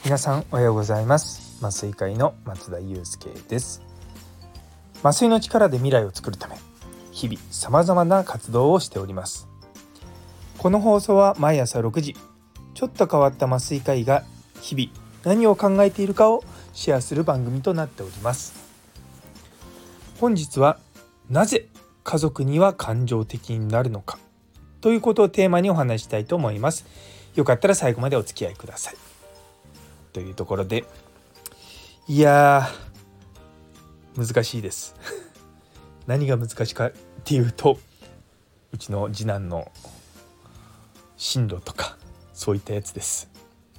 皆さんおはようございます。麻酔科医の松田祐介です。麻酔の力で未来を作るため、日々様々な活動をしております。この放送は毎朝6時、ちょっと変わった麻酔科医が日々何を考えているかをシェアする番組となっております。本日はなぜ家族には感情的になるのかということをテーマにお話したいと思います。よかったら最後までお付き合いください。というところで、いや難しいです何が難しいかっていうと、うちの次男の進路とかそういったやつです。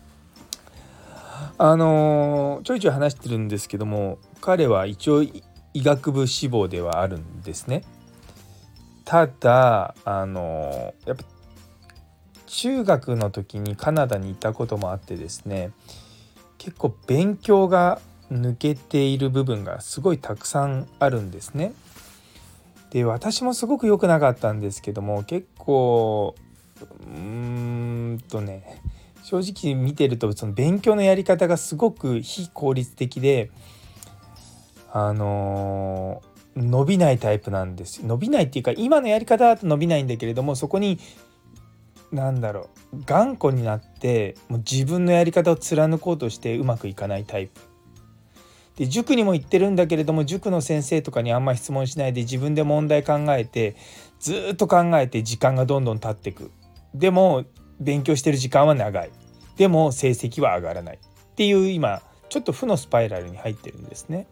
ちょいちょい話してるんですけども、彼は一応医学部志望ではあるんですね。ただやっぱ中学の時にカナダに行ったこともあってですね、結構勉強が抜けている部分がすごいたくさんあるんですね。で、私もすごく良くなかったんですけども、結構正直見てるとその勉強のやり方がすごく非効率的で、伸びないタイプなんですよ。伸びないっていうか、今のやり方だと伸びないんだけれども、そこに頑固になってもう自分のやり方を貫こうとしてうまくいかないタイプで、塾にも行ってるんだけれども、塾の先生とかにあんま質問しないで自分で問題考えてずっと考えて時間がどんどん経っていく。でも勉強してる時間は長い。でも成績は上がらないっていう、今ちょっと負のスパイラルに入ってるんですね。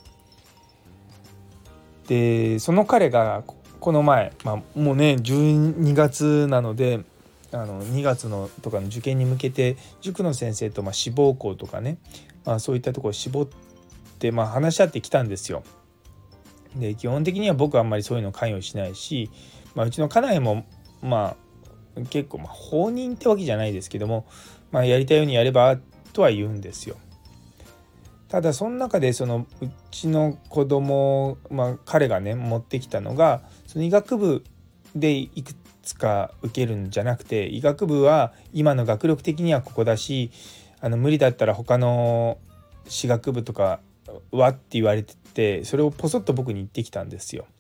で、その彼がこの前、もうね12月なので、2月のとかの受験に向けて塾の先生と志望校とかね、そういったところを絞って話し合ってきたんですよ。で、基本的には僕はあんまりそういうの関与しないし、うちの家内も結構放任ってわけじゃないですけども、やりたいようにやればとは言うんですよ。ただその中でうちの子供、彼がね持ってきたのが、その医学部でいくつか受けるんじゃなくて、医学部は今の学力的にはここだし、無理だったら他の歯学部とかはって言われてて、それをポソッと僕に言ってきたんですよ。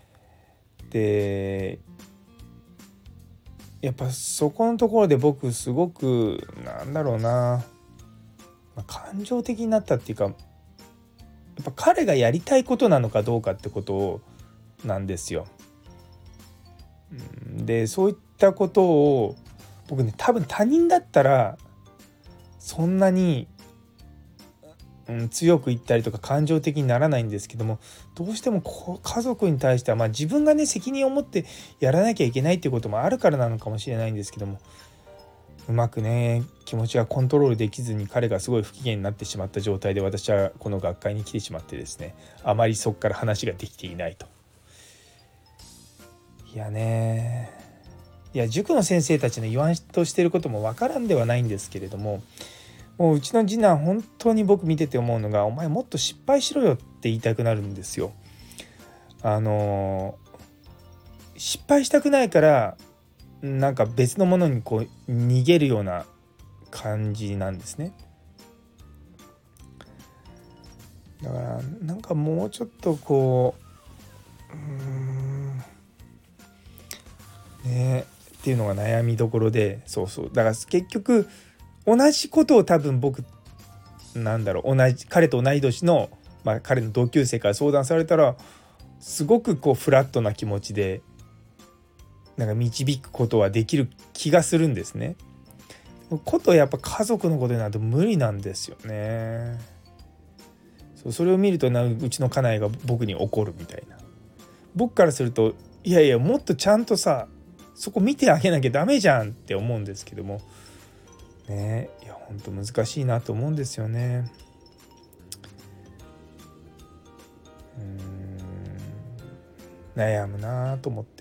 で、やっぱそこのところで僕すごく感情的になったっていうか、やっぱ彼がやりたいことなのかどうかってことなんですよ。で、そういったことを僕ね、多分他人だったらそんなに、強く言ったりとか感情的にならないんですけども、どうしても家族に対しては自分がね責任を持ってやらなきゃいけないっていうこともあるからなのかもしれないんですけども、うまくね気持ちがコントロールできずに、彼がすごい不機嫌になってしまった状態で私はこの学会に来てしまってですね、あまりそこから話ができていないと。塾の先生たちの言わんとしてることもわからんではないんですけれども、もううちの次男本当に僕見てて思うのが、お前もっと失敗しろよって言いたくなるんですよ。失敗したくないから別のものに逃げるような感じなんですね。だからもうちょっとっていうのが悩みどころで、だから結局同じことを多分僕彼と同い年の、彼の同級生から相談されたら、すごくフラットな気持ちで導くことはできる気がするんですね。やっぱ家族のことになると無理なんですよね。それを見るとうちの家内が僕に怒るみたいな。僕からすると、いやいやもっとちゃんとさそこ見てあげなきゃダメじゃんって思うんですけどもね。いや本当難しいなと思うんですよね。悩むなと思って。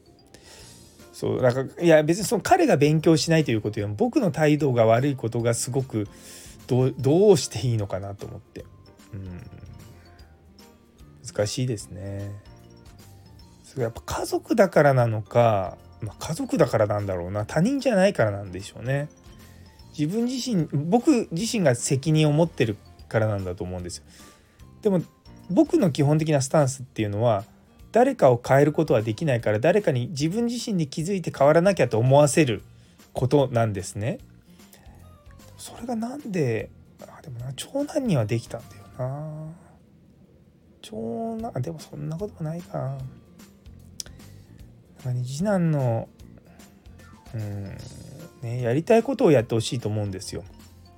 別に彼が勉強しないということよりも、僕の態度が悪いことがすごくどうしていいのかなと思って、難しいですね。それやっぱ家族だからなのか、家族だからなんだろうな、他人じゃないからなんでしょうね。 僕自身が責任を持ってるからなんだと思うんですよ。でも僕の基本的なスタンスっていうのは、誰かを変えることはできないから、誰かに自分自身で気づいて変わらなきゃと思わせることなんですね。それがなんででもな、長男にはできたんだよな。長男でもそんなこともないかな。なんかね、次男のやりたいことをやってほしいと思うんですよ。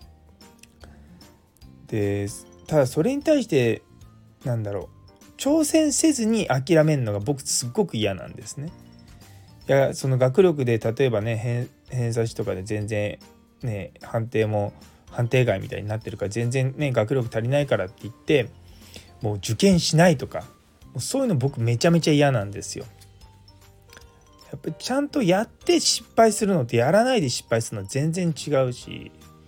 でただそれに対して挑戦せずに諦めるのが僕すっごく嫌なんですね。いや、その学力で例えばね、偏差値とかで全然ね、判定外みたいになってるから、全然ね学力足りないからって言ってもう受験しないとか、もうそういうの僕めちゃめちゃ嫌なんですよ。やっぱりちゃんとやって失敗するのとやらないで失敗するのは全然違うし、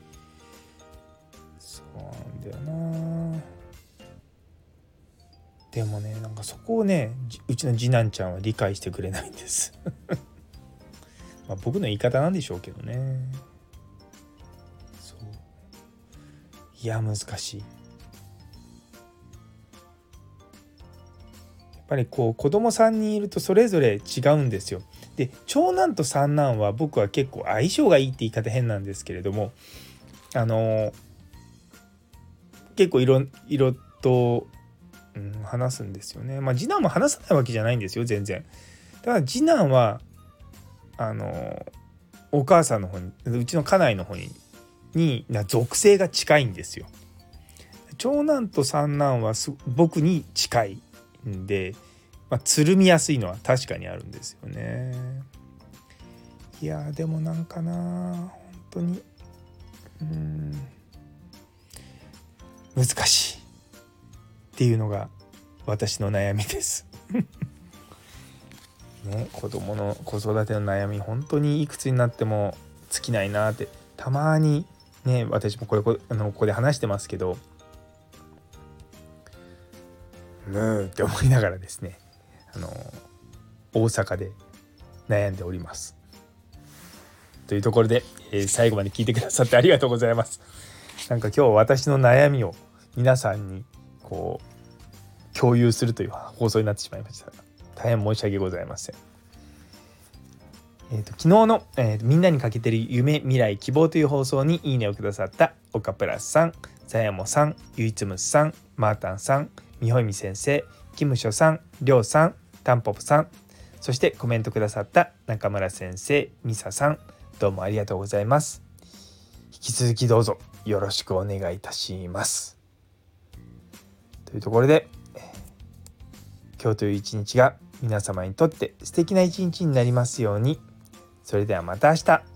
そうなんだよな。でもね、なんかそこをね、うちの次男ちゃんは理解してくれないんですまあ僕の言い方なんでしょうけどね。そう、いや難しい。やっぱりこう子供3人いるとそれぞれ違うんですよ。で長男と三男は僕は結構相性がいいって言い方変なんですけれども、結構いろと、話すんですよね。まあ次男も話さないわけじゃないんですよ、全然。ただ次男はお母さんの方に、うちの家内の方に属性が近いんですよ。長男と三男は僕に近いんで、つるみやすいのは確かにあるんですよね。いやでもなんかな、本当に難しいっていうのが私の悩みですね、子供の子育ての悩み、本当にいくつになっても尽きないなってたまにね、私もここで話してますけど、って思いながらですね、大阪で悩んでおりますというところで、最後まで聞いてくださってありがとうございます。なんか今日私の悩みを皆さんにこう共有するという放送になってしまいました。大変申し訳ございません。昨日の、みんなにかけてる夢未来希望という放送にいいねをくださった岡プラスさん、さやもさん、ゆいつむさん、マータンさん、みほいみ先生、キムショさん、りょうさん、タンポポさん、そしてコメントくださった中村先生、みささん、どうもありがとうございます。引き続きどうぞよろしくお願いいたします。というところで、今日という一日が皆様にとって素敵な一日になりますように。それではまた明日。